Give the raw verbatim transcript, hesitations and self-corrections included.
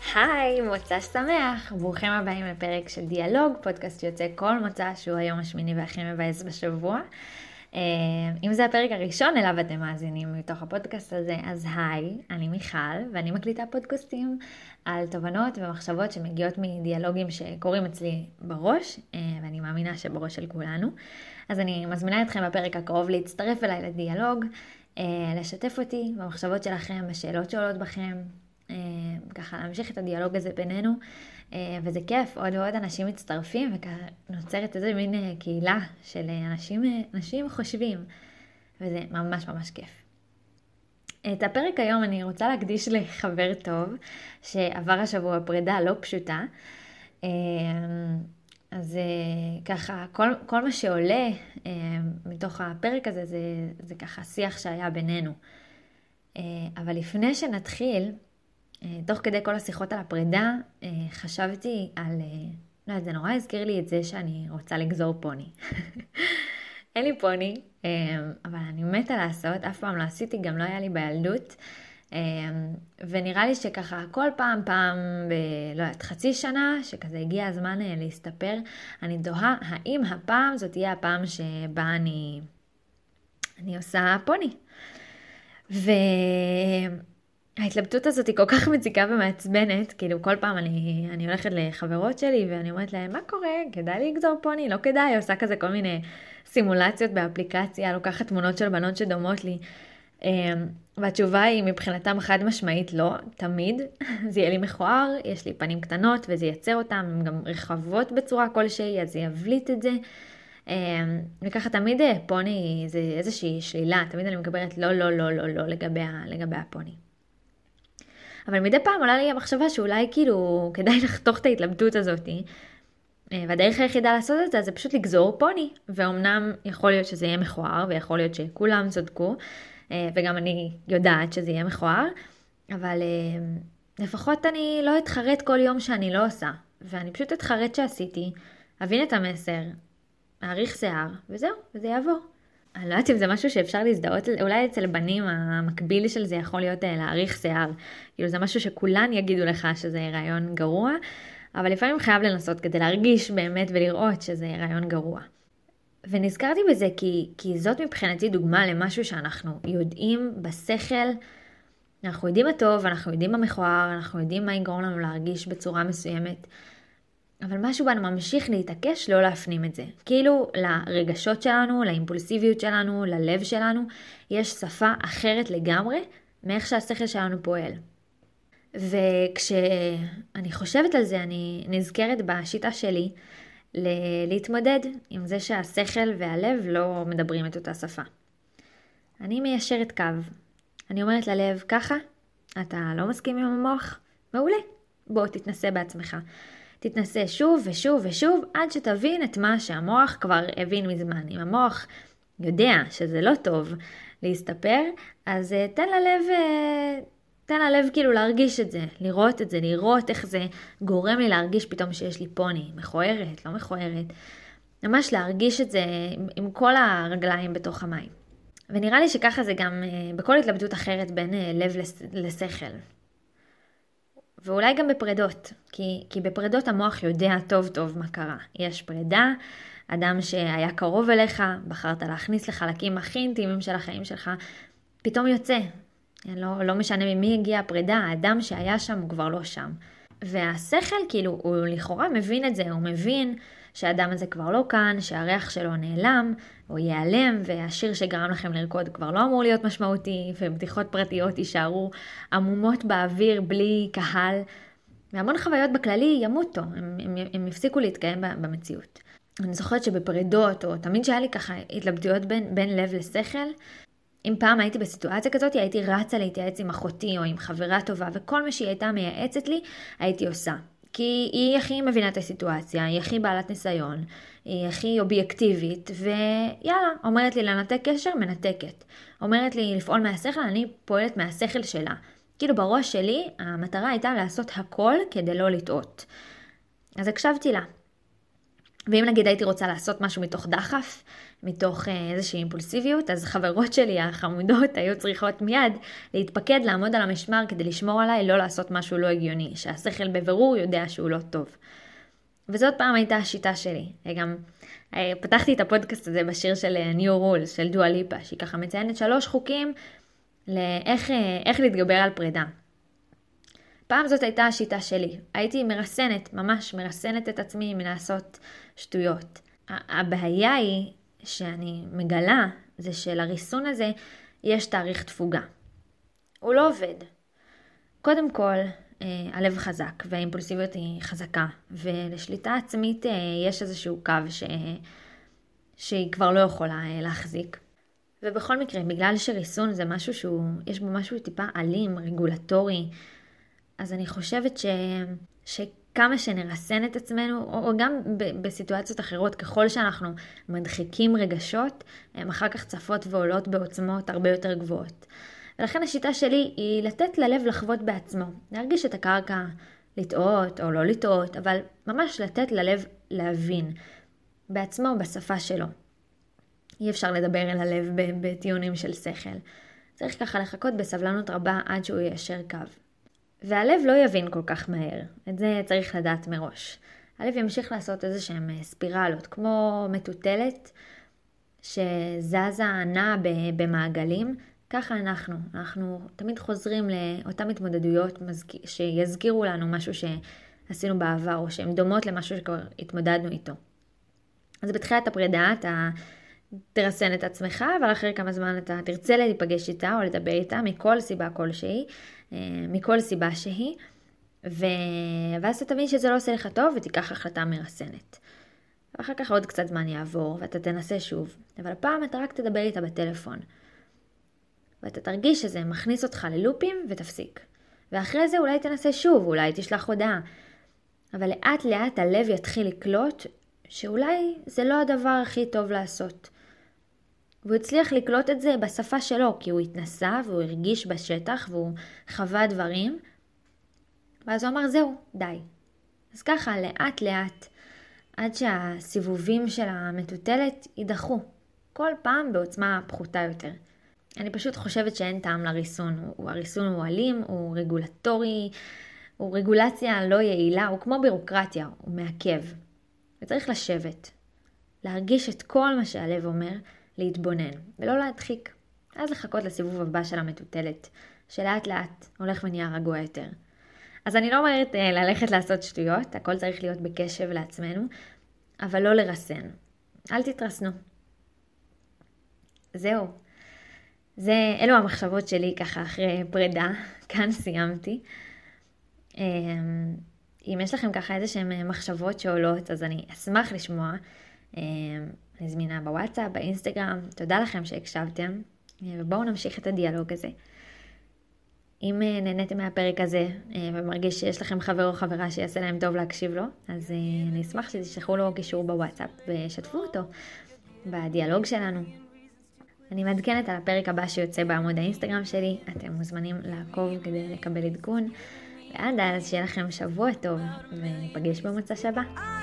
היי, מוצ"ש שמח, ברוכים הבאים לפרק של דיאלוג, פודקאסט שיוצא כל מוצ"ש שהוא היום השמיני והכי מבאס בשבוע. אם זה הפרק הראשון אליו אתם מאזינים מתוך הפודקאסט הזה, אז היי, אני מיכל ואני מקליטה פודקאסטים על תובנות ומחשבות שמגיעות מדיאלוגים שקורים אצלי בראש, ואני מאמינה שבראש של כולנו. אז אני מזמינה אתכם בפרק הקרוב להצטרף אליי לדיאלוג, לשתף אותי במחשבות שלכם, בשאלות שעולות בכם, ככה להמשיך את הדיאלוג הזה בינינו, וזה כיף, עוד ועוד אנשים מצטרפים, ונוצרת איזה מין קהילה של אנשים, אנשים חושבים, וזה ממש ממש כיף. את הפרק היום אני רוצה להקדיש לחבר טוב, שעבר השבוע פרידה לא פשוטה, אז ככה, כל, כל מה שעולה מתוך הפרק הזה, זה, זה ככה שיח שהיה בינינו. אבל לפני שנתחיל, תוך כדי כל השיחות על הפרידה, חשבתי על, לא יודעת, זה נורא הזכיר לי את זה שאני רוצה לגזור פוני. אין לי פוני, אבל אני מתה לעשות, אף פעם לא עשיתי, גם לא היה לי בילדות. ונראה לי שככה כל פעם, פעם, ב, לא יודעת, חצי שנה, שכזה הגיע הזמן להסתפר, אני דוהה, האם הפעם זאת תהיה הפעם שבה אני, אני עושה פוני. ו... ההתלבטות הזאת היא כל כך מציקה ומעצבנת, כאילו כל פעם אני, אני הולכת לחברות שלי ואני אומרת להם, מה קורה? כדאי לגזור פוני? לא כדאי, עושה כזה כל מיני סימולציות באפליקציה, לוקחת תמונות של בנות שדומות לי, והתשובה היא מבחינתם חד משמעית לא, תמיד, זה יהיה לי מכוער, יש לי פנים קטנות וזה ייצר אותם, הן גם רחבות בצורה כלשהי, אז זה יבליט את זה, וככה תמיד פוני זה איזושהי שלילה, תמיד אני מקבלת לא, לא, לא, לא, לא לגבי, לגבי הפוני. אבל מדי פעם עולה לי המחשבה שאולי כאילו כדאי לחתוך את ההתלבטות הזאת, והדרך היחידה לעשות את זה זה פשוט לגזור פוני, ואומנם יכול להיות שזה יהיה מכוער, ויכול להיות שכולם צודקו, וגם אני יודעת שזה יהיה מכוער, אבל לפחות אני לא אתחרט כל יום שאני לא עושה, ואני פשוט אתחרט שעשיתי, אבין את המסר, אעריך שיער, וזהו, וזה יעבור. אני לא יודעת אם זה משהו שאפשר להזדהות, אולי אצל בנים המקביל של זה יכול להיות להעריך שיער. כאילו זה משהו שכולן יגידו לך שזה רעיון גרוע, אבל לפעמים חייב לנסות כדי להרגיש באמת ולראות שזה רעיון גרוע. ונזכרתי בזה כי, כי זאת מבחינתי דוגמה למשהו שאנחנו יודעים בשכל, אנחנו יודעים מה טוב, אנחנו יודעים מה מכוער, אנחנו יודעים מה יגרום לנו להרגיש בצורה מסוימת, אבל משהו בנו ממשיך להתעקש לא להפנים את זה. כאילו לרגשות שלנו, לאימפולסיביות שלנו, ללב שלנו, יש שפה אחרת לגמרי מאיך שהשכל שלנו פועל. וכשאני חושבת על זה, אני נזכרת בשיטה שלי להתמודד עם זה שהשכל והלב לא מדברים את אותה שפה. אני מיישרת קו. אני אומרת ללב, ככה, אתה לא מסכים עם המוח? מעולה, בוא תתנסה בעצמך. תתנסה שוב ושוב ושוב עד שתבין את מה שהמוח כבר הבין מזמן. אם המוח יודע שזה לא טוב להסתפר, אז תן ללב, תן ללב כאילו להרגיש את זה, לראות את זה, לראות איך זה גורם לי להרגיש פתאום שיש לי פוני, מכוערת, לא מכוערת. ממש להרגיש את זה עם, עם כל הרגליים בתוך המים. ונראה לי שככה זה גם בכל התלבטות אחרת בין לב לשכל. ואולי גם בפרדות, כי, כי בפרדות המוח יודע טוב טוב מה קרה. יש פרידה, אדם שהיה קרוב אליך, בחרת להכניס לחלקים הכי אינטימיים של החיים שלך, פתאום יוצא. לא, לא משנה ממי הגיעה הפרידה, האדם שהיה שם הוא כבר לא שם. והשכל כאילו הוא לכאורה מבין את זה, הוא מבין שהאדם הזה כבר לא כאן, שהריח שלו נעלם או ייעלם, והשיר שגרם לכם לרקוד כבר לא אמור להיות משמעותי, ובדיחות פרטיות יישארו עמומות באוויר בלי קהל, והמון חוויות בכללי ימותו, הם, הם, הם יפסיקו להתקיים במציאות. אני זוכרת שבפרידות, או תמיד שהיה לי ככה התלבטויות בין, בין לב לשכל, אם פעם הייתי בסיטואציה כזאת, הייתי רצה להתייעץ עם אחותי או עם חברה טובה, וכל מה שהיא הייתה מייעצת לי, הייתי עושה. כי היא הכי מבינה את הסיטואציה, היא הכי בעלת ניסיון, היא הכי אובייקטיבית, ויאללה, אומרת לי לנתק קשר, מנתקת. אומרת לי לפעול מהשכל, אני פועלת מהשכל שלה. כאילו בראש שלי, המטרה הייתה לעשות הכל כדי לא לטעות. אז הקשבתי לה. ואם נגיד הייתי רוצה לעשות משהו מתוך דחף, מתוך איזושהי אימפולסיביות, אז חברות שלי החמודות היו צריכות מיד להתפקד, לעמוד על המשמר כדי לשמור עליי, לא לעשות משהו לא הגיוני, שהשכל בבירור יודע שהוא לא טוב. וזאת פעם הייתה השיטה שלי. גם פתחתי את הפודקאסט הזה בשיר של New Rules, של דואה ליפה, שהיא ככה מציינת שלוש חוקים לאיך איך להתגבר על פרידה. פעם זאת הייתה השיטה שלי. הייתי מרסנת, ממש מרסנת את עצמי מלעשות שטויות. הבעיה היא שאני מגלה, זה שלריסון הזה יש תאריך תפוגה. הוא לא עובד. קודם כל, הלב חזק והאימפולסיביות היא חזקה, ולשליטה עצמית יש איזשהו קו ש... שהיא כבר לא יכולה להחזיק. ובכל מקרה, בגלל שריסון זה משהו שהוא, יש בו משהו טיפה אלים, רגולטורי, אז אני חושבת ש... שכמה שנרסן את עצמנו, או גם ב... בסיטואציות אחרות, ככל שאנחנו מדחיקים רגשות, הם אחר כך צפות ועולות בעוצמות הרבה יותר גבוהות. ולכן השיטה שלי היא לתת ללב לחוות בעצמו, להרגיש את הקרקע, לטעות או לא לטעות, אבל ממש לתת ללב להבין בעצמו בשפה שלו. אי אפשר לדבר אל הלב בטיעונים של שכל. צריך ככה לחכות בסבלנות רבה עד שהוא יישר קו. והלב לא יבין כל כך מהר, את זה צריך לדעת מראש. הלב ימשיך לעשות איזה שהם ספירלות, כמו מטוטלת שזזה נעה במעגלים, ככה אנחנו, אנחנו תמיד חוזרים לאותן התמודדויות שיזכירו לנו משהו שעשינו בעבר, או שהן דומות למשהו שכבר התמודדנו איתו. אז בתחילת הפרידה אתה תרסן את עצמך, אבל אחרי כמה זמן אתה תרצה להיפגש איתה או לדבר איתה מכל סיבה כלשהי, מכל סיבה שהיא, ו... ואז אתה תבין שזה לא עושה לך טוב ותיקח החלטה מרסנת. ואחר כך עוד קצת זמן יעבור ואתה תנסה שוב, אבל הפעם אתה רק תדבר איתה בטלפון. ואתה תרגיש שזה מכניס אותך ללופים ותפסיק. ואחרי זה אולי תנסה שוב, אולי תשלח הודעה. אבל לאט לאט הלב יתחיל לקלוט שאולי זה לא הדבר הכי טוב לעשות. והוא הצליח לקלוט את זה בשפה שלו, כי הוא התנסה והוא הרגיש בשטח והוא חווה דברים. ואז הוא אמר זהו, די. אז ככה לאט לאט, עד שהסיבובים של המטוטלת יידחו. כל פעם בעוצמה פחותה יותר. אני פשוט חושבת שאין טעם לריסון. הוא, הריסון הוא אלים, הוא רגולטורי, הוא רגולציה לא יעילה, הוא כמו בירוקרטיה, הוא מעכב. וצריך לשבת, להרגיש את כל מה שהלב אומר, להתבונן, ולא להדחיק. אז לחכות לסיבוב הבא של המטוטלת, שלאט לאט הולך ונהיה רגוע יותר. אז אני לא אומרת אה, ללכת לעשות שטויות, הכל צריך להיות בקשב לעצמנו, אבל לא לרסן. אל תתרסנו. זהו. זה, אלו המחשבות שלי ככה אחרי פרידה, כאן סיימתי. אם יש לכם ככה איזה שהן מחשבות שעולות, אז אני אשמח לשמוע. אני זמינה בוואטסאפ, באינסטגרם. תודה לכם שהקשבתם, ובואו נמשיך את הדיאלוג הזה. אם נהניתם מהפרק הזה ומרגיש שיש לכם חבר או חברה שיעשה להם טוב להקשיב לו, אז אני אשמח שתשלחו לו קישור בוואטסאפ ושתפו אותו בדיאלוג שלנו. אני מעדכנת על הפרק הבא שיוצא בעמוד האינסטגרם שלי, אתם מוזמנים לעקוב כדי לקבל עדכון, ועד אז שיהיה לכם שבוע טוב וניפגש במוצ"ש הבא.